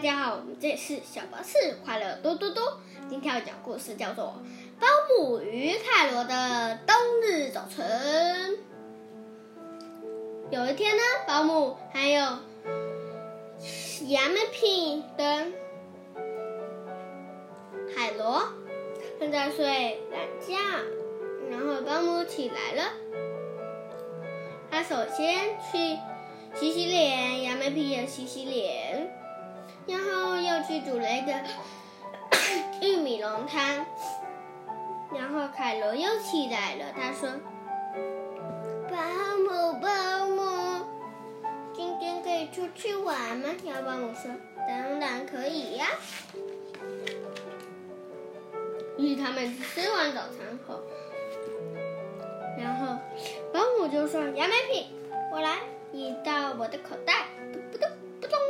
家好，我们这里是小巴士快乐多多多。今天要讲故事叫做《保姆与凯罗的冬日早晨》。有一天呢，保姆还有亚美品跟海罗正在睡懒觉，然后保姆起来了，他首先去洗洗脸，亚美品也洗洗脸，然后又去煮了一个玉米浓汤。然后凯罗又起来了，他说：“保姆，今天可以出去玩吗？”然后保姆说：“当然可以呀。”于是他们吃完早餐后，然后保姆就说：“亚美品，我来。”移到我的口袋，扑通扑通。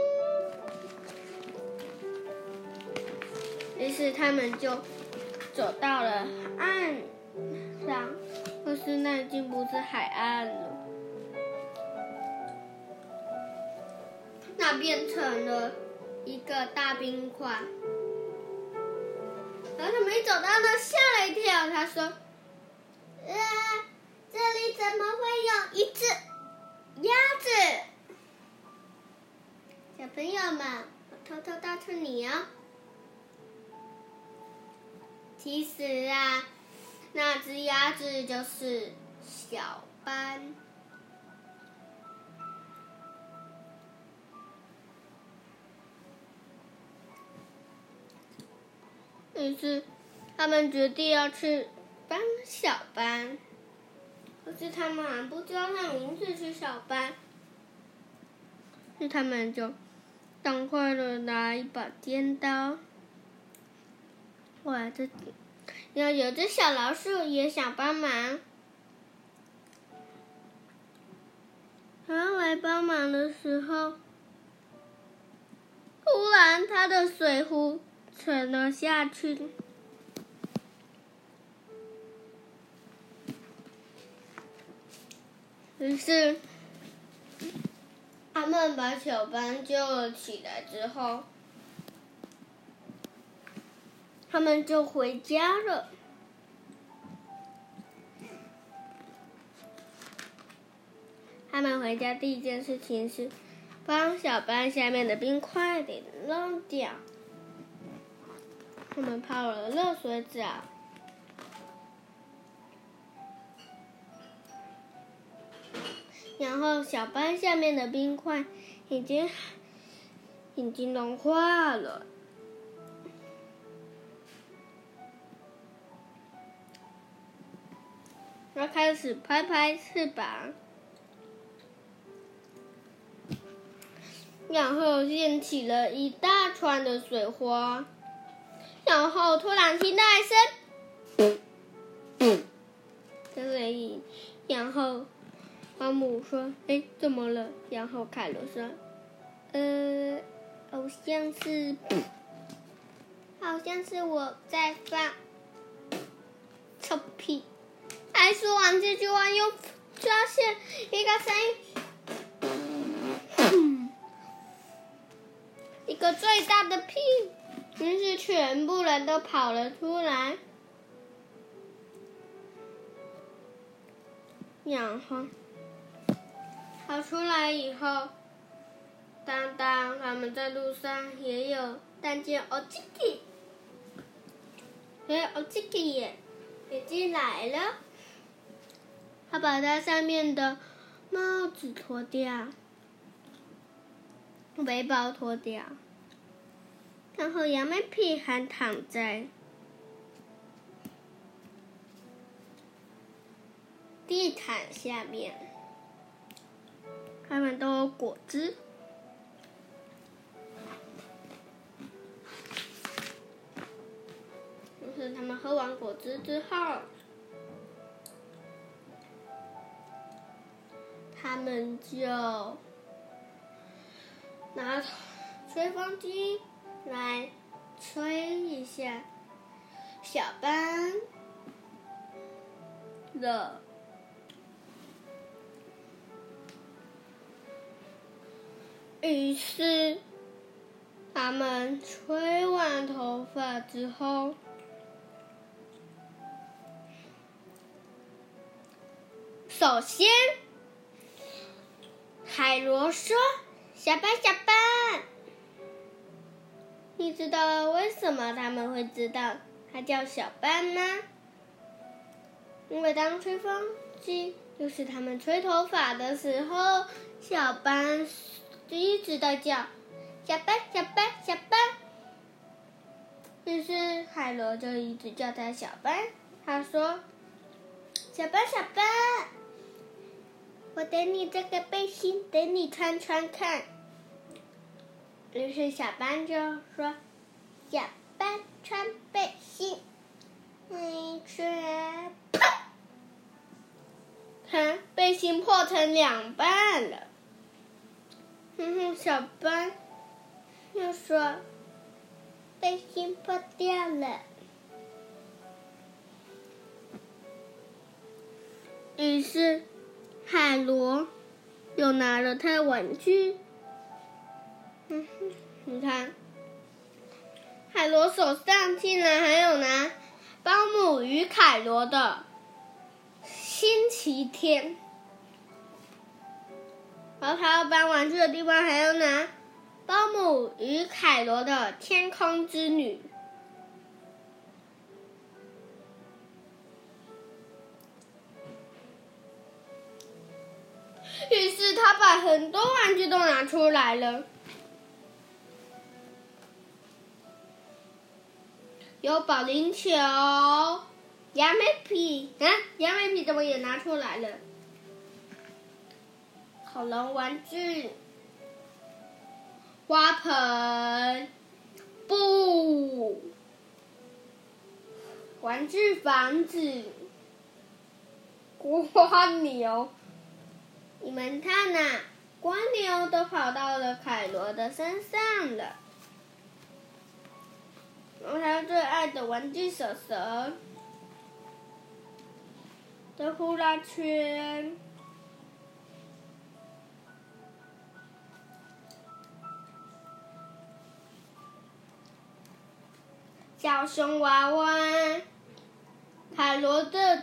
于是他们就走到了岸上，可是那已经不是海岸了，那变成了一个大冰块。然后他们一走到那，吓了一跳。他说：“这里怎么会有一只鸭子？”小朋友们，我偷偷告诉你哦，其实啊，那只鸭子就是小班。于是他们决定要去帮小班，可是他们还不知道他名字是小班。所以他们就赶快的拿一把尖刀。哇，然后有只小老鼠也想帮忙。他来帮忙的时候，突然他的水壶沉了下去。于是他们把小班救了起来之后，他们就回家了。他们回家第一件事情是帮小班下面的冰块给弄掉。他们泡了热水澡，然后小班下面的冰块已经融化了。然后开始拍拍翅膀，然后溅起了一大串的水花，然后突然听到一声的声音，然后保姆说：“怎么了？”然后凯罗说：“好像是我在放臭屁。”还说完这句话，又发现一个声音，一个最大的屁，于是全部人都跑了出来。然后跑出来以后，当他们在路上也有看见欧吉吉，欧吉吉也进来了。他把他上面的帽子脱掉，背包脱掉，然后亚美品还躺在地毯下面。他们都有果汁，就是他们喝完果汁之后，他们就拿吹风机来吹一下小班的于是他们吹完头发之后，首先，海螺说：“小班，小班，你知道为什么他们会知道他叫小班吗？因为当吹风机就是他们吹头发的时候，小班一直在叫小班，小班，小班。于是海螺就一直叫他小班。他说：小班，小班，我给你这个背心，等你穿穿看。于是小班就说：小班穿背心，一穿，砰！看，背心破成两半了。小班又说：背心破掉了。于是海螺又拿了他的玩具。你看，海螺手上竟然还有拿保姆与凯罗的星期天，然后他要搬玩具的地方还要拿保姆与凯罗的天空之女。于是他把很多玩具都拿出来了，有保龄球、杨梅皮，杨梅皮怎么也拿出来了？恐龙玩具、花盆、布、玩具房子、蜗牛。你们看呐，蜗牛都跑到了凯罗的身上了。然后他最爱的玩具蛇蛇的呼啦圈，小熊娃娃，凯罗自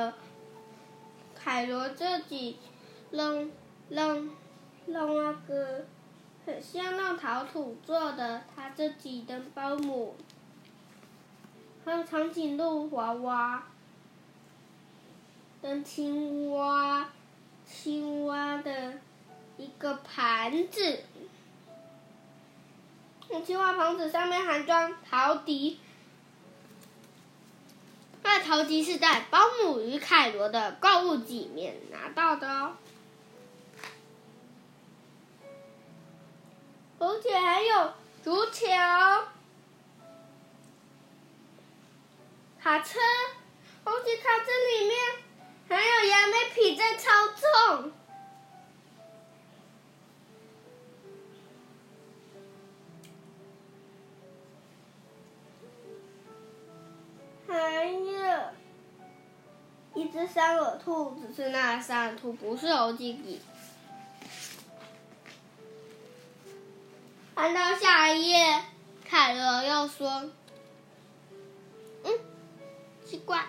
己弄那个很像用陶土做的他自己的保姆，还有长颈鹿娃娃跟青蛙的一个盘子，青蛙盘子上面还装陶笛。那陶笛是在保姆与凯罗的购物里面拿到的哦，而且还有足球、卡车，而且卡车里面还有杨梅皮在操纵。还有一只三耳兔，只是那三耳兔不是欧吉吉。翻到下一页，凯罗又说：奇怪，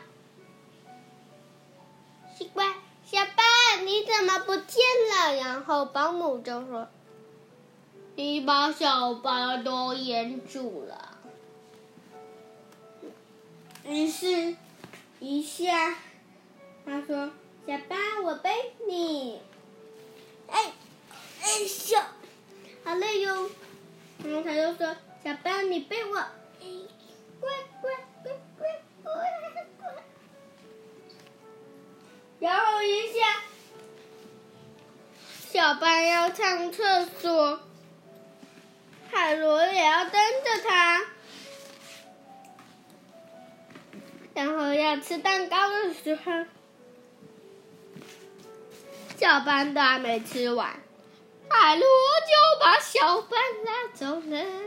小班你怎么不见了？然后保姆就说：你把小班都淹住了。于是，一下，他说：小班，我背你。哎呦，好累哟。然后他就说：小班，你背我。乖。然后一下，小班要上厕所，海螺也要跟着他。然后要吃蛋糕的时候，小班都还没吃完，海螺就把小班拉走了。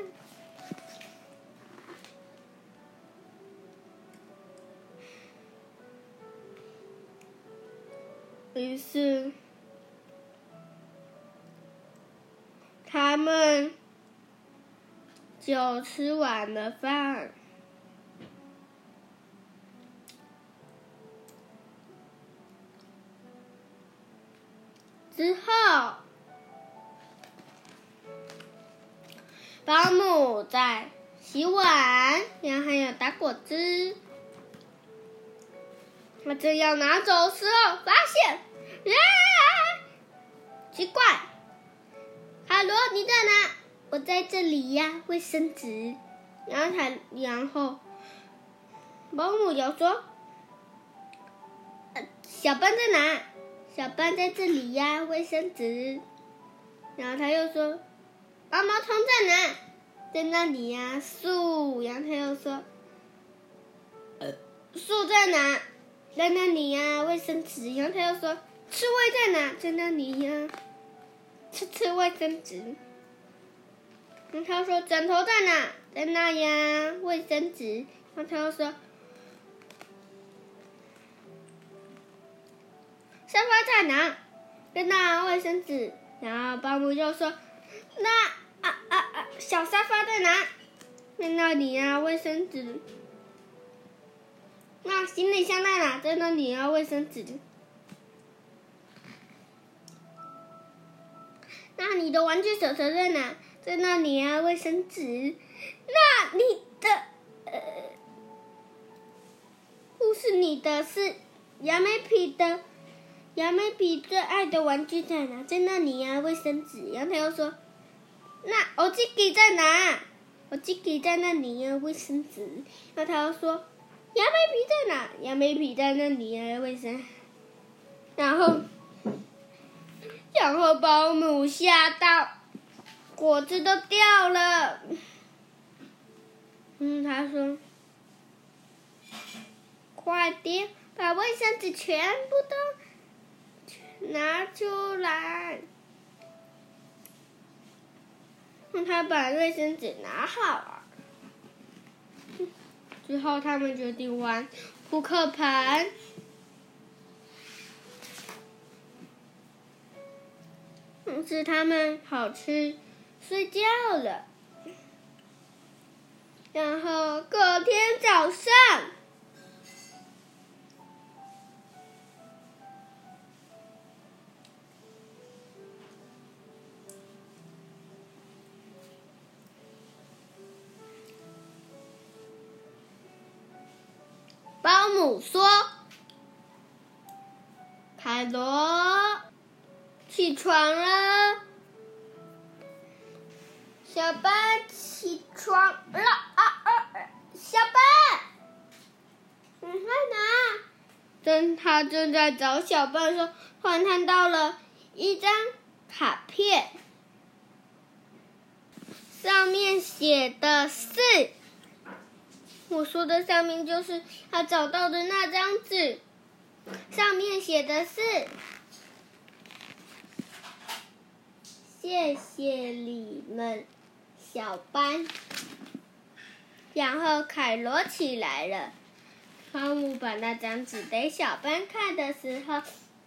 于是，他们就吃完了饭。之后，保姆在洗碗，然后还有打果汁。他正要拿走的时候，发现，奇怪，卡罗你在哪？我在这里呀，卫生纸。然后保姆就说，小班在哪？小班在这里呀，卫生纸。然后他又说，毛毛虫在哪？在那里呀，树。然后他又说，树在哪？在那里呀，卫生纸。然后他又说，刺猬在哪？在那里呀，刺卫生纸。然后他说，枕头在哪？在那呀，卫生纸。然后他又说，沙发在哪？在那卫生纸。然后保姆就说，小沙发在哪？在那里呀，卫生纸。那行李箱在哪？在那里呀，卫生纸。那你的玩具手手在哪？在那里呀，卫生纸。那你的不是你的，是杨梅皮的。杨梅皮最爱的玩具在哪？在那里呀，卫生纸。然后他又说，那欧吉吉在哪？欧吉吉在那里呀，卫生纸。然后他又说，杨梅皮在哪？杨梅皮在那里呀，卫生。然后保姆吓到，果子都掉了。他说，快点把卫生纸全部都拿出来。他把卫生纸拿好了。之后他们决定玩扑克牌。是他们跑去睡觉了。然后隔天早上，保姆说，凯罗起床了，小班起床了小班，你在哪？他正在找小班的时候，突然看到了一张卡片，上面写的是，我说的上面就是他找到的那张纸，上面写的是，谢谢你们，小班。然后凯罗起来了，保姆把那张纸给小班看的时候，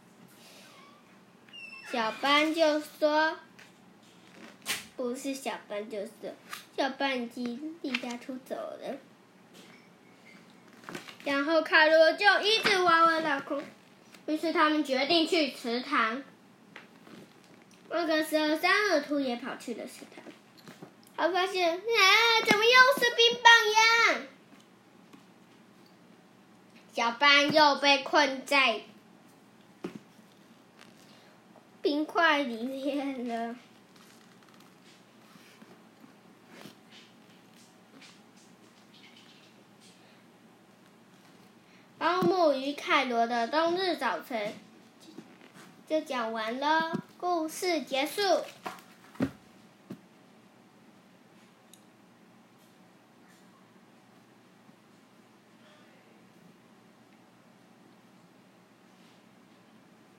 小班就说，不是小班就说，小班已经离家出走了。然后凯罗就一直玩闹空，于是他们决定去池塘。那个时候，三耳兔也跑去了池塘。他发现，怎么又是冰棒呀？小班又被困在冰块里面了。保姆与凯罗的冬日早晨就讲完了，故事结束。